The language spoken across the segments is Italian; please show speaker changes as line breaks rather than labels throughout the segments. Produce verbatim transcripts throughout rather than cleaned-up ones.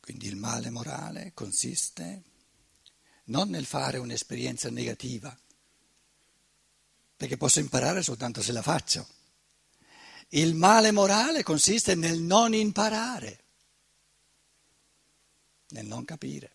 Quindi il male morale consiste non nel fare un'esperienza negativa, perché posso imparare soltanto se la faccio. Il male morale consiste nel non imparare, nel non capire.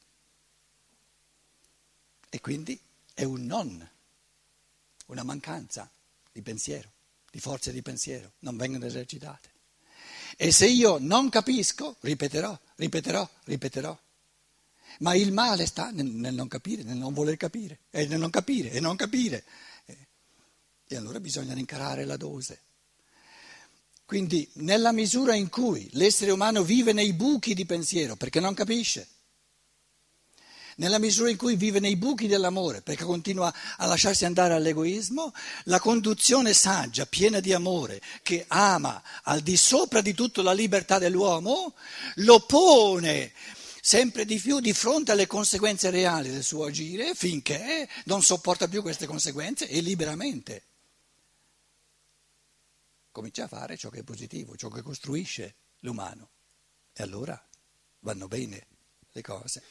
E quindi è un non, una mancanza di pensiero, di forze di pensiero, non vengono esercitate. E se io non capisco, ripeterò, ripeterò, ripeterò. Ma il male sta nel, nel non capire, nel non voler capire, e nel non capire, e non capire. E allora bisogna incarare la dose. Quindi nella misura in cui l'essere umano vive nei buchi di pensiero, perché non capisce, nella misura in cui vive nei buchi dell'amore, perché continua a lasciarsi andare all'egoismo, la conduzione saggia, piena di amore, che ama al di sopra di tutto la libertà dell'uomo, lo pone sempre di più di fronte alle conseguenze reali del suo agire, finché non sopporta più queste conseguenze e liberamente comincia a fare ciò che è positivo, ciò che costruisce l'umano. E allora vanno bene le cose.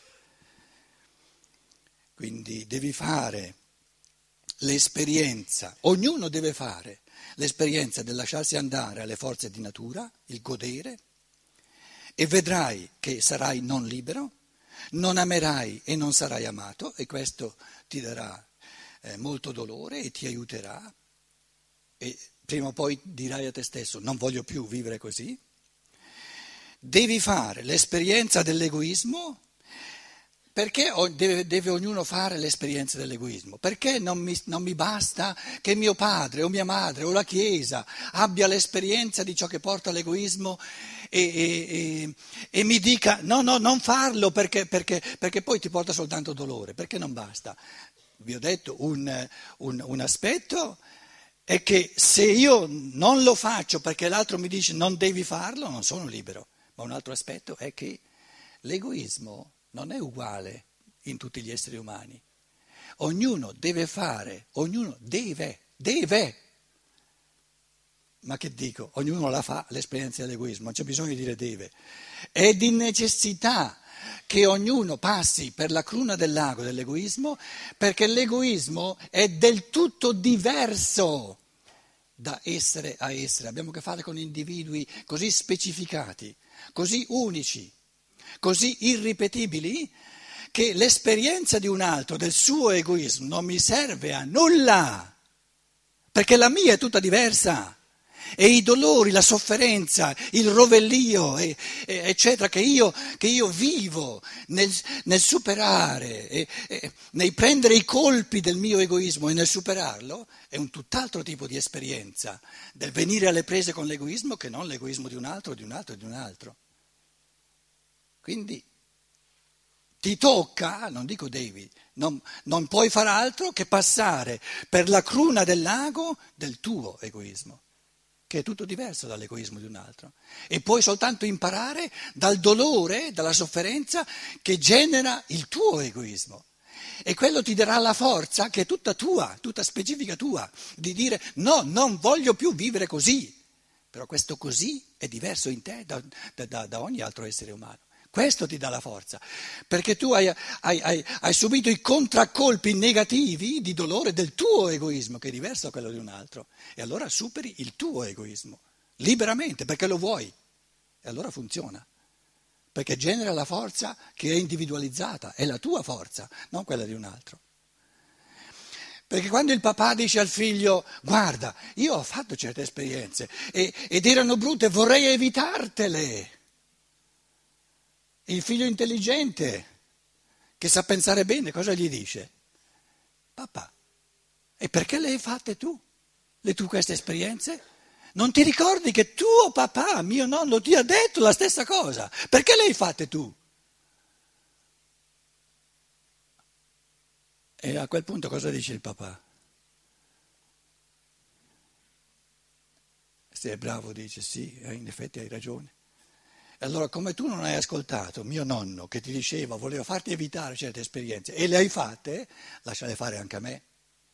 Quindi devi fare l'esperienza, ognuno deve fare l'esperienza del lasciarsi andare alle forze di natura, il godere, e vedrai che sarai non libero, non amerai e non sarai amato, e questo ti darà eh, molto dolore e ti aiuterà, e prima o poi dirai a te stesso: non voglio più vivere così. Devi fare l'esperienza dell'egoismo. Perché deve, deve ognuno fare l'esperienza dell'egoismo? Perché non mi, non mi basta che mio padre o mia madre o la Chiesa abbia l'esperienza di ciò che porta all'egoismo e, e, e, e mi dica no, no, non farlo perché, perché, perché poi ti porta soltanto dolore? Perché non basta? Vi ho detto un, un, un aspetto è che se io non lo faccio perché l'altro mi dice non devi farlo, non sono libero. Ma un altro aspetto è che l'egoismo non è uguale in tutti gli esseri umani. Ognuno deve fare, ognuno deve, deve. Ma che dico? Ognuno la fa l'esperienza dell'egoismo, non c'è bisogno di dire deve. È di necessità che ognuno passi per la cruna del lago dell'egoismo, perché l'egoismo è del tutto diverso da essere a essere. Abbiamo a che fare con individui così specificati, così unici, così irripetibili, che l'esperienza di un altro, del suo egoismo, non mi serve a nulla, perché la mia è tutta diversa. E i dolori, la sofferenza, il rovellio, e, e, eccetera, che io, che io vivo nel, nel superare, e, e, nel prendere i colpi del mio egoismo e nel superarlo, è un tutt'altro tipo di esperienza del venire alle prese con l'egoismo che non l'egoismo di un altro, di un altro e di un altro. Quindi ti tocca, non dico devi, non, non puoi far altro che passare per la cruna del lago del tuo egoismo, che è tutto diverso dall'egoismo di un altro, e puoi soltanto imparare dal dolore, dalla sofferenza che genera il tuo egoismo, e quello ti darà la forza che è tutta tua, tutta specifica tua, di dire no, non voglio più vivere così, però questo così è diverso in te da, da, da ogni altro essere umano. Questo ti dà la forza, perché tu hai, hai, hai, hai subito i contraccolpi negativi di dolore del tuo egoismo, che è diverso da quello di un altro, e allora superi il tuo egoismo, liberamente, perché lo vuoi, e allora funziona, perché genera la forza che è individualizzata, è la tua forza, non quella di un altro. Perché quando il papà dice al figlio: guarda, io ho fatto certe esperienze e, ed erano brutte, vorrei evitartele. Il figlio intelligente, che sa pensare bene, cosa gli dice? Papà, e perché le hai fatte tu, le tue queste esperienze? Non ti ricordi che tuo papà, mio nonno, ti ha detto la stessa cosa? Perché le hai fatte tu? E a quel punto cosa dice il papà? Se è bravo dice sì, in effetti hai ragione. Allora, come tu non hai ascoltato mio nonno che ti diceva, voleva farti evitare certe esperienze e le hai fatte, lasciale fare anche a me.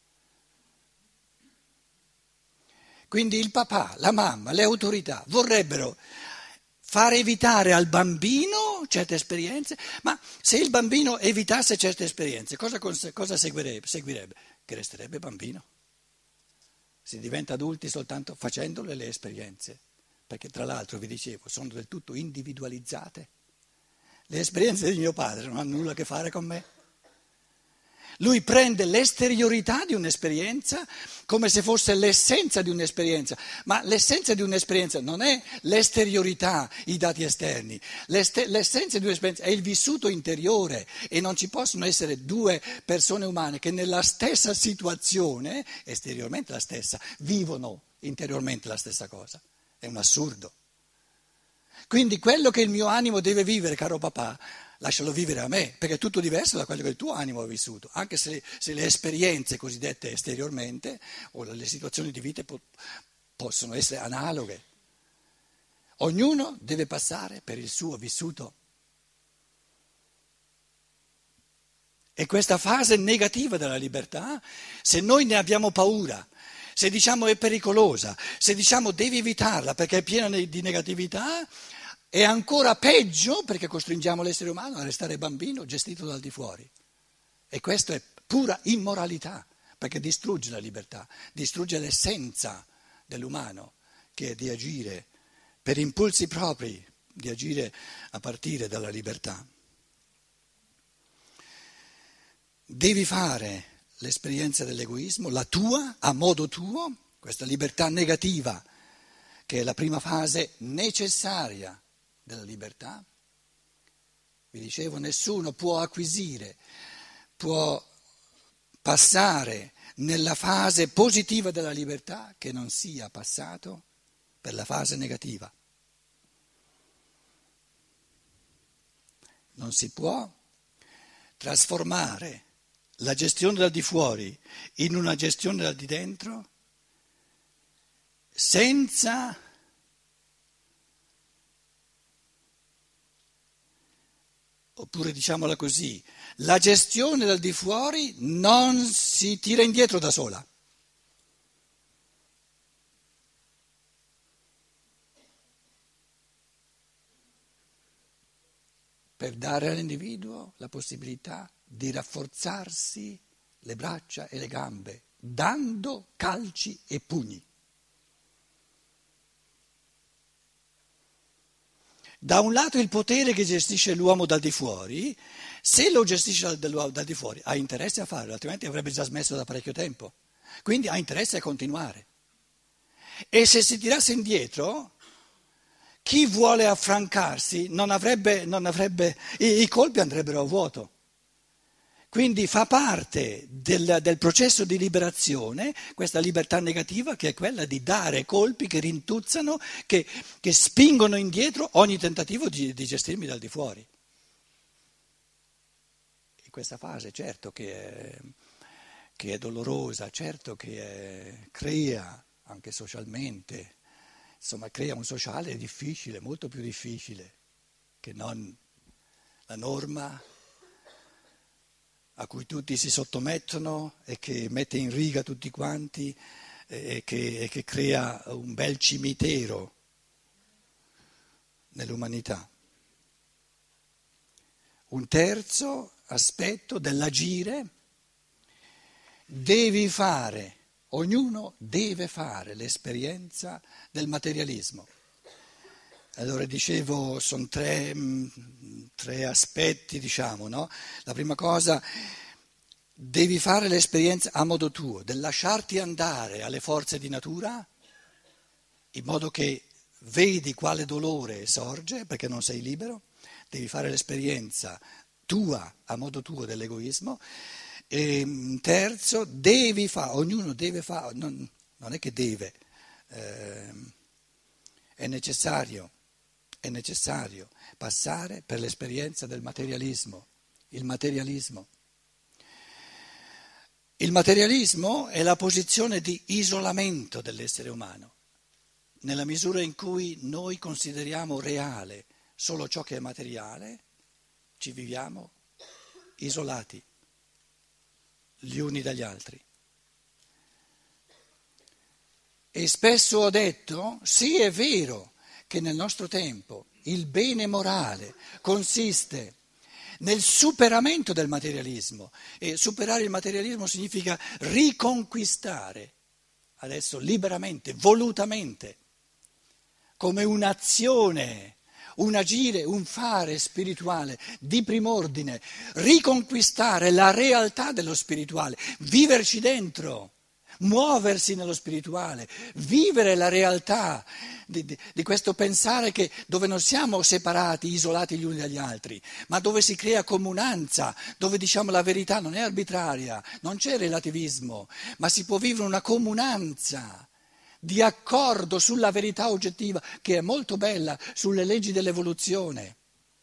Quindi il papà, la mamma, le autorità vorrebbero far evitare al bambino certe esperienze, ma se il bambino evitasse certe esperienze, cosa, cons- cosa seguirebbe? seguirebbe? Che resterebbe bambino. Si diventa adulti soltanto facendole le esperienze, perché tra l'altro vi dicevo, sono del tutto individualizzate. Le esperienze di mio padre non hanno nulla a che fare con me. Lui prende l'esteriorità di un'esperienza come se fosse l'essenza di un'esperienza, ma l'essenza di un'esperienza non è l'esteriorità, i dati esterni, L'este- l'essenza di un'esperienza è il vissuto interiore e non ci possono essere due persone umane che nella stessa situazione, esteriormente la stessa, vivono interiormente la stessa cosa. È un assurdo. Quindi quello che il mio animo deve vivere, caro papà, lascialo vivere a me, perché è tutto diverso da quello che il tuo animo ha vissuto, anche se, se le esperienze cosiddette esteriormente o le situazioni di vita po- possono essere analoghe. Ognuno deve passare per il suo vissuto. E questa fase negativa della libertà, se noi ne abbiamo paura, se diciamo è pericolosa, se diciamo devi evitarla perché è piena di negatività, è ancora peggio perché costringiamo l'essere umano a restare bambino gestito dal di fuori. E questo è pura immoralità, perché distrugge la libertà, distrugge l'essenza dell'umano, che è di agire per impulsi propri, di agire a partire dalla libertà. Devi fare l'esperienza dell'egoismo, la tua, a modo tuo, questa libertà negativa, che è la prima fase necessaria della libertà. Vi dicevo, nessuno può acquisire, può passare nella fase positiva della libertà che non sia passato per la fase negativa. Non si può trasformare la gestione dal di fuori in una gestione dal di dentro senza oppure diciamola così, la gestione dal di fuori non si tira indietro da sola. Per dare all'individuo la possibilità di rafforzarsi le braccia e le gambe, dando calci e pugni. Da un lato il potere che gestisce l'uomo dal di fuori, se lo gestisce dal, dal di fuori ha interesse a farlo, altrimenti avrebbe già smesso da parecchio tempo. Quindi ha interesse a continuare. E se si tirasse indietro, chi vuole affrancarsi non avrebbe, non avrebbe i, i colpi andrebbero a vuoto. Quindi fa parte del, del processo di liberazione questa libertà negativa che è quella di dare colpi che rintuzzano, che, che spingono indietro ogni tentativo di, di gestirmi dal di fuori. In questa fase certo che è, che è dolorosa, certo che è, crea anche socialmente, insomma crea un sociale difficile, molto più difficile che non la norma a cui tutti si sottomettono e che mette in riga tutti quanti e che, e che crea un bel cimitero nell'umanità. Un terzo aspetto dell'agire, devi fare, ognuno deve fare l'esperienza del materialismo. Allora dicevo, sono tre, tre aspetti, diciamo, no? La prima cosa, devi fare l'esperienza a modo tuo, del lasciarti andare alle forze di natura, in modo che vedi quale dolore sorge, perché non sei libero, devi fare l'esperienza tua, a modo tuo, dell'egoismo. E terzo, devi fare, ognuno deve fare, non, non è che deve, eh, è necessario. È necessario passare per l'esperienza del materialismo, il materialismo. Il materialismo è la posizione di isolamento dell'essere umano, nella misura in cui noi consideriamo reale solo ciò che è materiale, ci viviamo isolati gli uni dagli altri. E spesso ho detto, sì è vero, che nel nostro tempo il bene morale consiste nel superamento del materialismo, e superare il materialismo significa riconquistare, adesso liberamente, volutamente, come un'azione, un agire, un fare spirituale di prim'ordine, riconquistare la realtà dello spirituale, viverci dentro, muoversi nello spirituale, vivere la realtà di, di, di questo pensare che dove non siamo separati, isolati gli uni dagli altri, ma dove si crea comunanza, dove diciamo la verità non è arbitraria, non c'è relativismo, ma si può vivere una comunanza di accordo sulla verità oggettiva, che è molto bella, sulle leggi dell'evoluzione.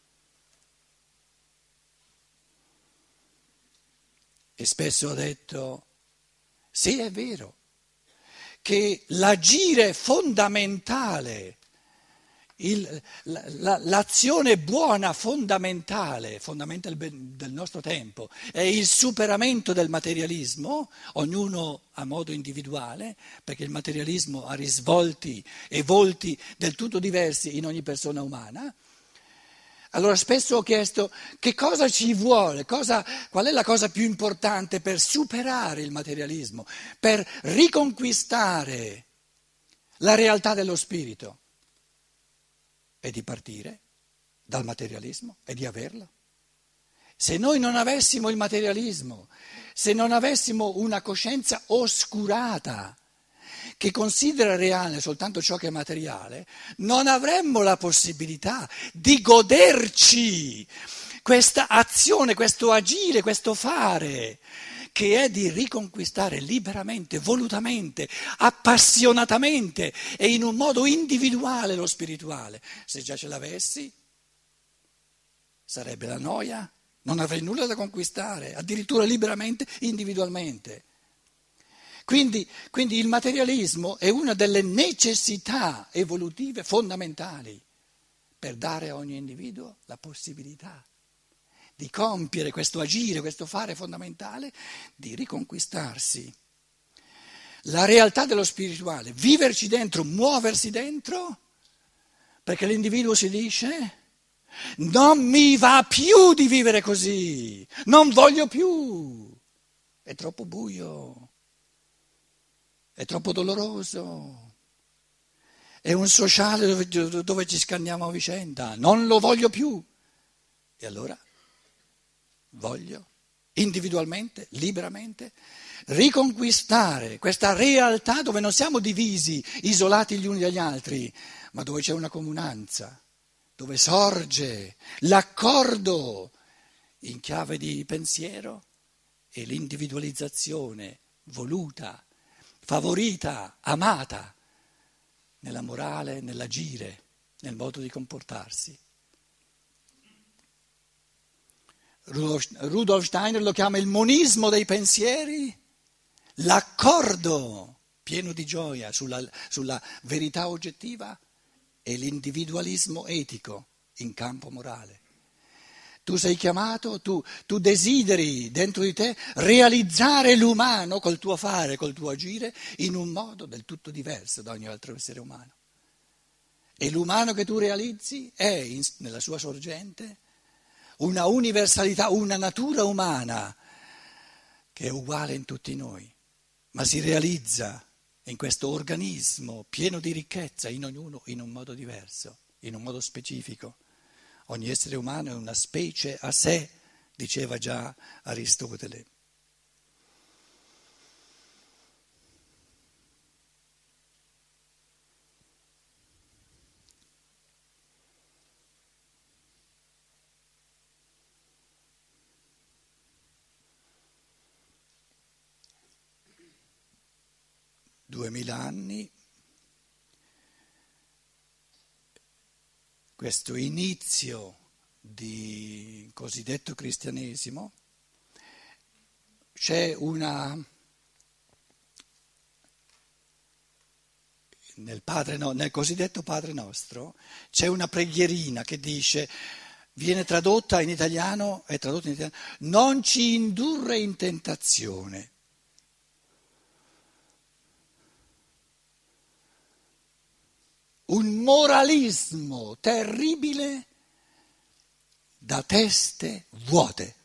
E spesso ho detto, sì, è vero, che l'agire fondamentale, il, la, la, l'azione buona fondamentale, fondamentale del nostro tempo, è il superamento del materialismo, ognuno a modo individuale, perché il materialismo ha risvolti e volti del tutto diversi in ogni persona umana. Allora spesso ho chiesto che cosa ci vuole, cosa, qual è la cosa più importante per superare il materialismo, per riconquistare la realtà dello spirito, e di partire dal materialismo e di averlo. Se noi non avessimo il materialismo, se non avessimo una coscienza oscurata, che considera reale soltanto ciò che è materiale, non avremmo la possibilità di goderci questa azione, questo agire, questo fare, che è di riconquistare liberamente, volutamente, appassionatamente e in un modo individuale lo spirituale. Se già ce l'avessi, sarebbe la noia, non avrei nulla da conquistare, addirittura liberamente, individualmente. Quindi, quindi il materialismo è una delle necessità evolutive fondamentali per dare a ogni individuo la possibilità di compiere questo agire, questo fare fondamentale, di riconquistarsi la realtà dello spirituale, viverci dentro, muoversi dentro, perché l'individuo si dice: non mi va più di vivere così, non voglio più, è troppo buio. È troppo doloroso, è un sociale dove, dove ci scanniamo a vicenda, non lo voglio più. E allora voglio individualmente, liberamente, riconquistare questa realtà dove non siamo divisi, isolati gli uni dagli altri, ma dove c'è una comunanza, dove sorge l'accordo in chiave di pensiero e l'individualizzazione voluta, favorita, amata, nella morale, nell'agire, nel modo di comportarsi. Rudolf Steiner lo chiama il monismo dei pensieri, l'accordo pieno di gioia sulla, sulla verità oggettiva e l'individualismo etico in campo morale. Tu sei chiamato, tu, tu desideri dentro di te realizzare l'umano col tuo fare, col tuo agire, in un modo del tutto diverso da ogni altro essere umano. E l'umano che tu realizzi è, in, nella sua sorgente, una universalità, una natura umana che è uguale in tutti noi, ma si realizza in questo organismo pieno di ricchezza, in ognuno in un modo diverso, in un modo specifico. Ogni essere umano è una specie a sé, diceva già Aristotele. Duemila anni, questo inizio di cosiddetto cristianesimo, c'è una, nel, padre, no, nel cosiddetto Padre Nostro, c'è una preghierina che dice, viene tradotta in italiano, è tradotta in italiano, non ci indurre in tentazione. un moralismo terribile da teste vuote.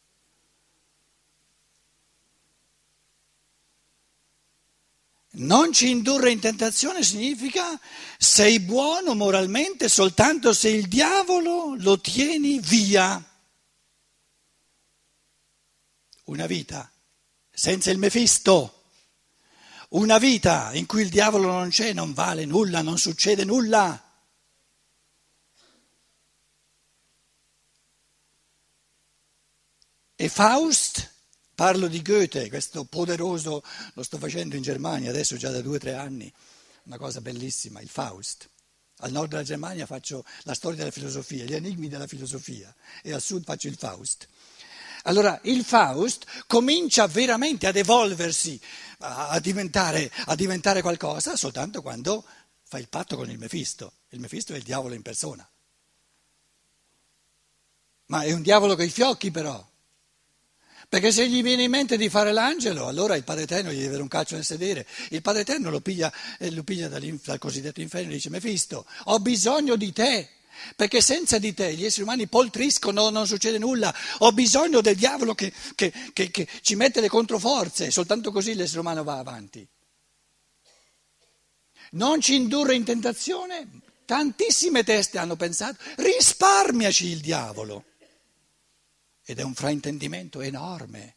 Non ci indurre in tentazione significa sei buono moralmente soltanto se il diavolo lo tieni via. Una vita senza il Mefisto, una vita in cui il diavolo non c'è, non vale nulla, non succede nulla. E Faust? Parlo di Goethe, questo poderoso, lo sto facendo in Germania adesso già da due o tre anni, una cosa bellissima, il Faust. Al nord della Germania faccio la storia della filosofia, gli enigmi della filosofia, e al sud faccio il Faust. Allora il Faust comincia veramente ad evolversi, a diventare, a diventare qualcosa soltanto quando fa il patto con il Mefisto. Il Mefisto è il diavolo in persona. Ma è un diavolo con i fiocchi però. Perché se gli viene in mente di fare l'angelo, allora il Padre Eterno gli deve dare un calcio nel sedere. Il Padre Eterno lo piglia, eh, lo piglia dal cosiddetto inferno e dice: Mefisto, ho bisogno di te, perché senza di te gli esseri umani poltriscono, non succede nulla. Ho bisogno del diavolo che, che, che, che ci mette le controforze, soltanto così l'essere umano va avanti. Non ci indurre in tentazione, tantissime teste hanno pensato, risparmiaci il diavolo. Ed è un fraintendimento enorme.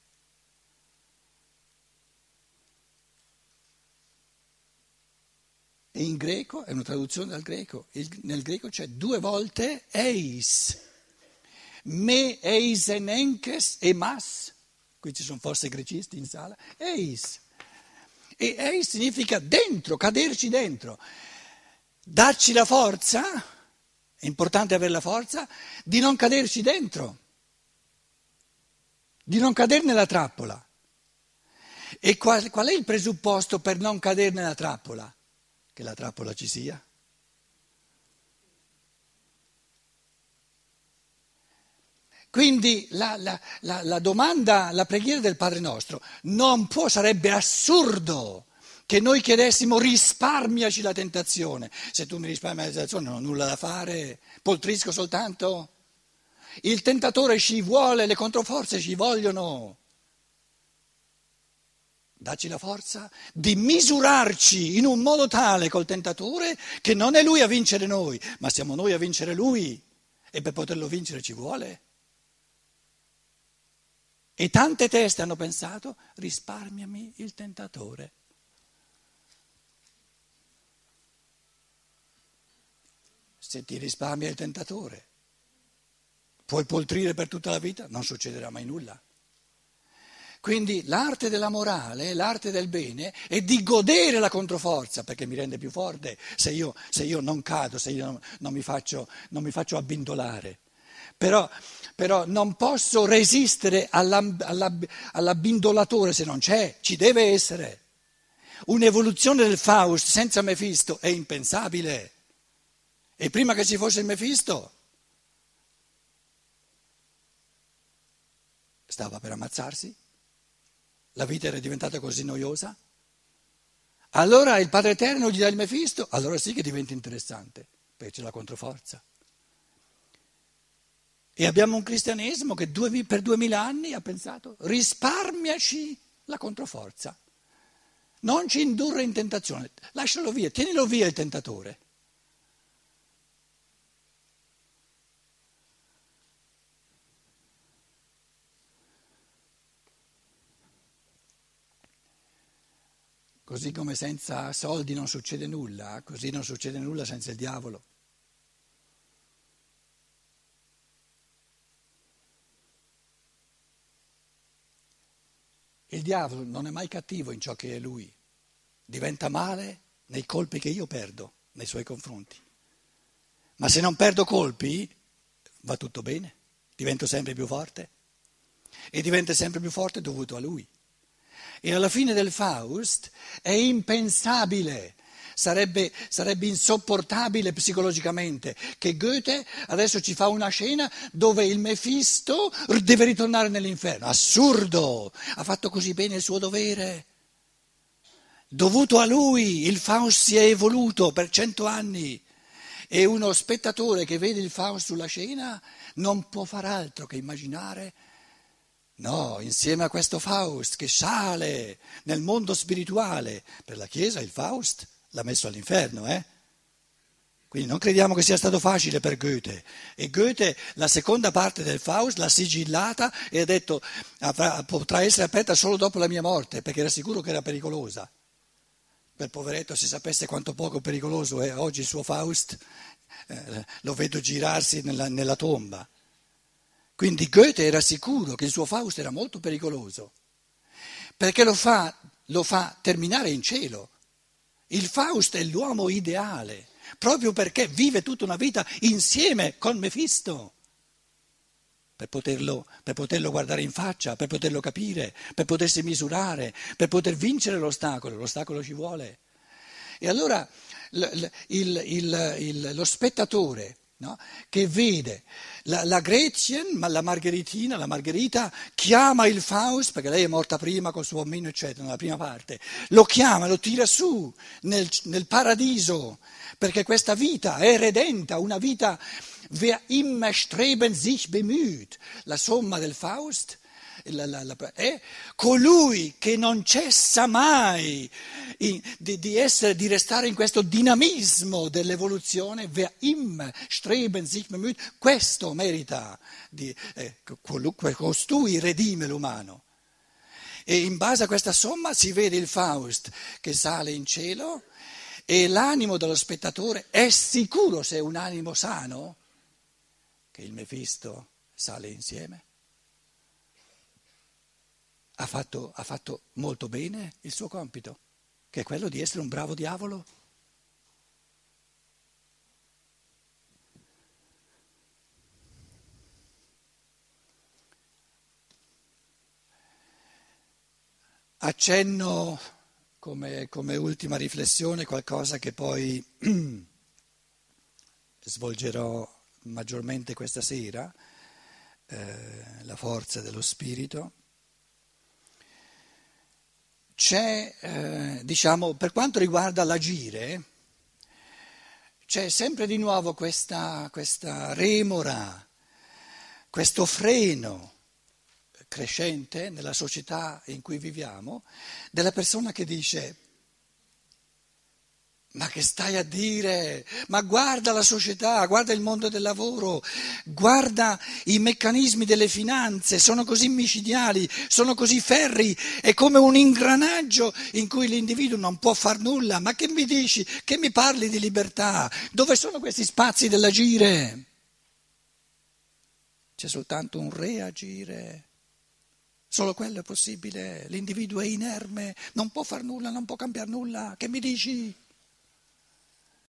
E in greco, è una traduzione dal greco, il, nel greco c'è due volte eis, me eis enenkes e mas, qui ci sono forse grecisti in sala, eis. E eis significa dentro, caderci dentro, darci la forza, è importante avere la forza, di non caderci dentro. Di non cadere nella trappola. E qual, qual è il presupposto per non cadere nella trappola? Che la trappola ci sia. Quindi la, la, la, la domanda, la preghiera del Padre nostro non può, sarebbe assurdo che noi chiedessimo risparmiaci la tentazione. Se tu mi risparmi la tentazione non ho nulla da fare, poltrisco soltanto. Il tentatore ci vuole, le controforze ci vogliono. Dacci la forza di misurarci in un modo tale col tentatore che non è lui a vincere noi, ma siamo noi a vincere lui. E per poterlo vincere ci vuole. E tante teste hanno pensato, risparmiami il tentatore. Se ti risparmia il tentatore, puoi poltrire per tutta la vita, non succederà mai nulla. Quindi l'arte della morale, l'arte del bene è di godere la controforza, perché mi rende più forte se io, se io non cado, se io non, non, mi faccio, non mi faccio abbindolare. Però, però non posso resistere alla, alla, all'abbindolatore se non c'è, ci deve essere. Un'evoluzione del Faust senza Mefisto è impensabile. E prima che ci fosse il Mefisto stava per ammazzarsi? La vita era diventata così noiosa? Allora il Padre Eterno gli dà il Mefisto, allora sì che diventa interessante, perché c'è la controforza. E abbiamo un cristianesimo che due, per duemila anni ha pensato, risparmiaci la controforza, non ci indurre in tentazione, lascialo via, tienilo via il tentatore. Così come senza soldi non succede nulla, così non succede nulla senza il diavolo. Il diavolo non è mai cattivo in ciò che è lui, diventa male nei colpi che io perdo nei suoi confronti. Ma se non perdo colpi, va tutto bene, divento sempre più forte e diventa sempre più forte dovuto a lui. E alla fine del Faust è impensabile, sarebbe, sarebbe insopportabile psicologicamente che Goethe adesso ci fa una scena dove il Mefisto deve ritornare nell'inferno. Assurdo, ha fatto così bene il suo dovere. Dovuto a lui il Faust si è evoluto per cento anni. E uno spettatore che vede il Faust sulla scena non può far altro che immaginare, no, insieme a questo Faust che sale nel mondo spirituale, per la Chiesa il Faust l'ha messo all'inferno, eh? Quindi non crediamo che sia stato facile per Goethe. E Goethe la seconda parte del Faust l'ha sigillata e ha detto avrà, potrà essere aperta solo dopo la mia morte, perché era sicuro che era pericolosa. Quel poveretto, se sapesse quanto poco pericoloso è oggi il suo Faust, eh, lo vedo girarsi nella, nella tomba. Quindi Goethe era sicuro che il suo Faust era molto pericoloso, perché lo fa, lo fa terminare in cielo. Il Faust è l'uomo ideale, proprio perché vive tutta una vita insieme con Mefisto, per poterlo, per poterlo guardare in faccia, per poterlo capire, per potersi misurare, per poter vincere l'ostacolo. L'ostacolo ci vuole. E allora il, il, il, il, lo spettatore, no, che vede la, la Gretchen, ma la Margheritina, la Margherita, chiama il Faust, perché lei è morta prima col suo omino, eccetera, nella prima parte, lo chiama, lo tira su nel, nel paradiso, perché questa vita è redenta, una vita, wer immer streben sich bemüht, la somma del Faust, La, la, la, è colui che non cessa mai in, di, di, essere, di restare in questo dinamismo dell'evoluzione, wer immer streben sich bemüht, questo merita, di, eh, costui redime l'umano. E in base a questa somma si vede il Faust che sale in cielo e l'animo dello spettatore è sicuro, se è un animo sano, che il Mefisto sale insieme. Ha fatto, ha fatto molto bene il suo compito, che è quello di essere un bravo diavolo. Accenno come, come ultima riflessione qualcosa che poi svolgerò maggiormente questa sera, eh, la forza dello spirito. C'è, eh, diciamo, per quanto riguarda l'agire, c'è sempre di nuovo questa, questa remora, questo freno crescente nella società in cui viviamo, della persona che dice: ma che stai a dire? Ma guarda la società, guarda il mondo del lavoro, guarda i meccanismi delle finanze, sono così micidiali, sono così ferrei, è come un ingranaggio in cui l'individuo non può far nulla. Ma che mi dici? Che mi parli di libertà? Dove sono questi spazi dell'agire? C'è soltanto un reagire. Solo quello è possibile. L'individuo è inerme, non può far nulla, non può cambiare nulla. Che mi dici?